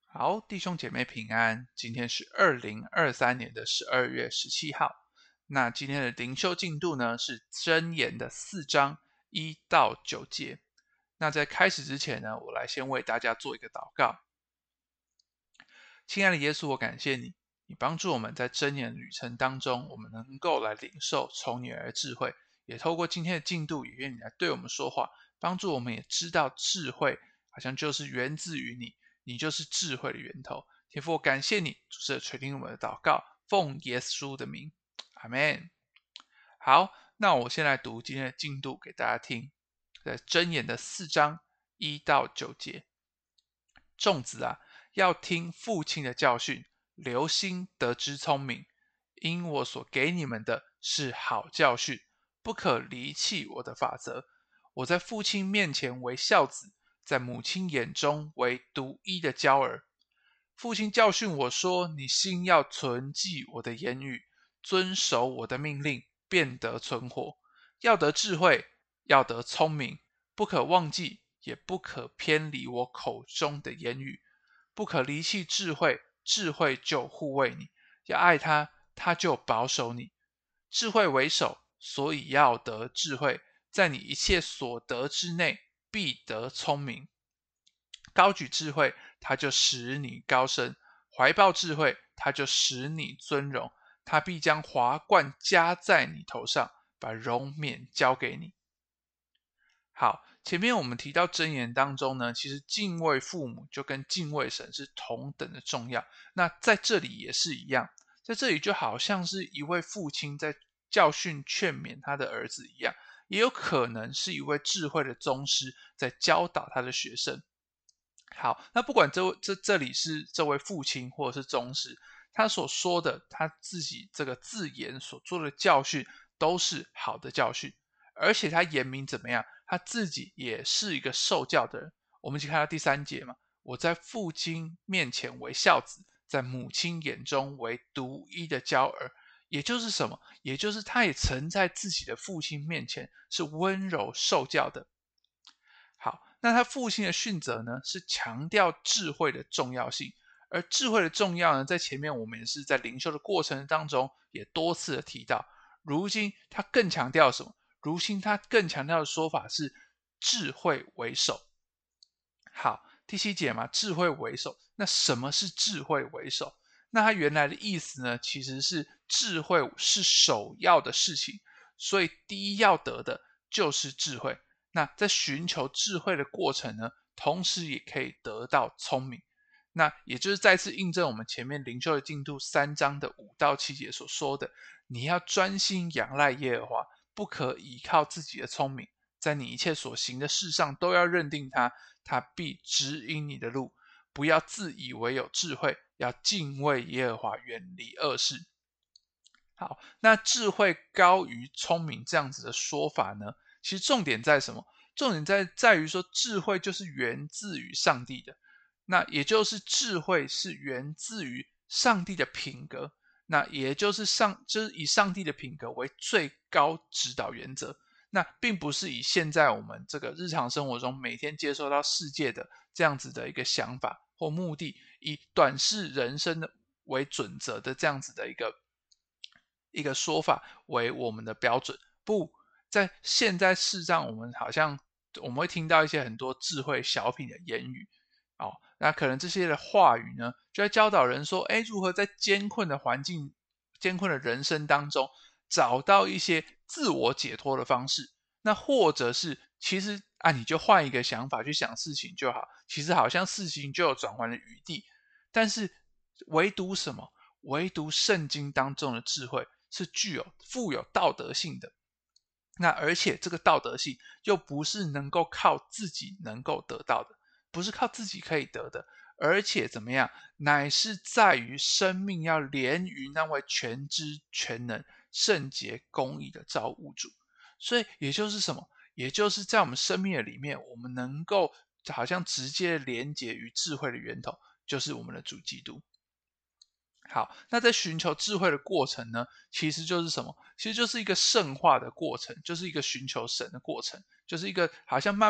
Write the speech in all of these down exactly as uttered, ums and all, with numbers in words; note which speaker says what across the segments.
Speaker 1: 好，弟兄姐妹平安。今天是二零二三年的十二月十七号。那今天的灵修进度呢是箴言的四章一到九节。那在开始之前呢，我来先为大家做一个祷告。亲爱的耶稣，我感谢你，你帮助我们在箴言旅程当中，我们能够来领受从你而来的智慧，也透过今天的进度，也愿你来对我们说话，帮助我们也知道智慧好像就是源自于你，你就是智慧的源头。天父，我感谢你，主是垂听我们的祷告，奉耶稣的名，阿们。好，那我先来读今天的进度给大家听，在箴言的四章一到九节。众子啊，要听父亲的教训，留心得知聪明，因我所给你们的是好教训，不可离弃我的法则。我在父亲面前为孝子，在母亲眼中为独一的娇儿。父亲教训我说：你心要存记我的言语，遵守我的命令，便得存活。要得智慧，要得聪明，不可忘记，也不可偏离我口中的言语。不可离弃智慧，智慧就护卫你；要爱他，他就保守你。智慧为首，所以要得智慧，在你一切所得之内，必得聪明。高举智慧，他就使你高升；怀抱智慧，他就使你尊荣。他必将华冠加在你头上，把荣冕交给你。好，前面我们提到箴言当中呢，其实敬畏父母就跟敬畏神是同等的重要。那在这里也是一样，在这里就好像是一位父亲在教训劝勉他的儿子一样，也有可能是一位智慧的宗师在教导他的学生。好，那不管这这这里是这位父亲或者是宗师，他所说的他自己这个字眼所做的教训都是好的教训，而且他言明怎么样，他自己也是一个受教的人。我们一起看到第三节嘛，我在父亲面前为孝子，在母亲眼中为独一的娇儿。也就是什么？也就是他也曾在自己的父亲面前是温柔受教的。好，那他父亲的训责呢，是强调智慧的重要性，而智慧的重要呢，在前面我们也是在灵修的过程当中也多次的提到。如今他更强调什么？如今他更强调的说法是智慧为首。好，第七节嘛，智慧为首。那什么是智慧为首？那它原来的意思呢，其实是智慧是首要的事情，所以第一要得的就是智慧。那在寻求智慧的过程呢，同时也可以得到聪明。那也就是再次印证我们前面灵修的进度三章的五到七节所说的，你要专心仰赖耶和华，不可依靠自己的聪明，在你一切所行的事上都要认定他，他必指引你的路。不要自以为有智慧，要敬畏耶和华，远离恶事。好，那智慧高于聪明这样子的说法呢，其实重点在什么？重点在在于说，智慧就是源自于上帝的，那也就是智慧是源自于上帝的品格，那也就是上就是以上帝的品格为最高指导原则。那并不是以现在我们这个日常生活中每天接受到世界的这样子的一个想法或目的，以短视人生的为准则的这样子的一个一个说法为我们的标准。不，在现在世上，我们好像我们会听到一些很多智慧小品的言语。哦，那可能这些的话语呢，就在教导人说，哎，如何在艰困的环境、艰困的人生当中，找到一些自我解脱的方式。那或者是，其实啊，你就换一个想法去想事情就好，其实好像事情就有转换的余地。但是唯独什么？唯独圣经当中的智慧是具有富有道德性的。那而且这个道德性又不是能够靠自己能够得到的，不是靠自己可以得的，而且怎么样，乃是在于生命要连于那位全知全能圣洁公义的造物主。所以也就是什么？也就是在我们生命的里面，我们能够好像直接连结于智慧的源头，就是我们的主基督。好，那在寻求智慧的过程呢，其实就是什么？其实就是一个圣化的过程，就是一个寻求神的过程，就是一个好像慢慢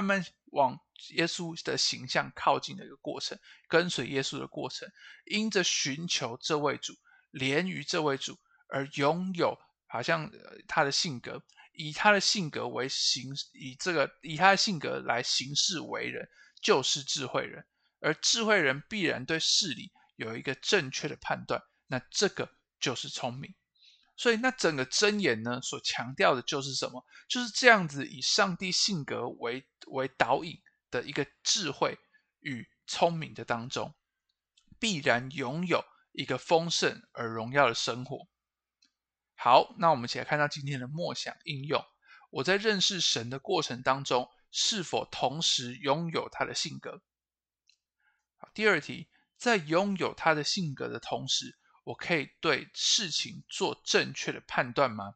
Speaker 1: 往耶稣的形象靠近的一个过程，跟随耶稣的过程，因着寻求这位主，连于这位主，而拥有好像、呃、他的性格，以他的性格为行，以这个以他的性格来行事为人，就是智慧人。而智慧人必然对事理有一个正确的判断，那这个就是聪明。所以那整个箴言呢，所强调的就是什么？就是这样子以上帝性格为为导引的一个智慧与聪明的当中，必然拥有一个丰盛而荣耀的生活。好，那我们一起来看到今天的默想应用。我在认识神的过程当中，是否同时拥有他的性格？好，第二题，在拥有他的性格的同时，我可以对事情做正确的判断吗？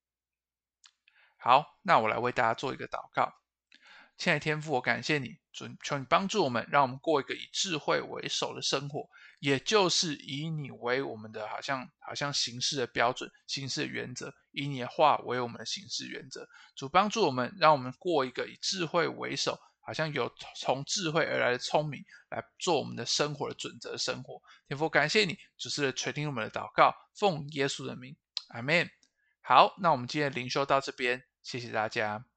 Speaker 1: 好，那我来为大家做一个祷告。亲爱的天父，我感谢你，主，求你帮助我们，让我们过一个以智慧为首的生活，也就是以你为我们的好像好像行事的标准、行事的原则，以你的话为我们的行事原则。主帮助我们，让我们过一个以智慧为首，好像有从智慧而来的聪明来做我们的生活的准则生活。天父，感谢你，只是垂听我们的祷告，奉耶稣的名，阿们。好，那我们今天的灵修到这边，谢谢大家。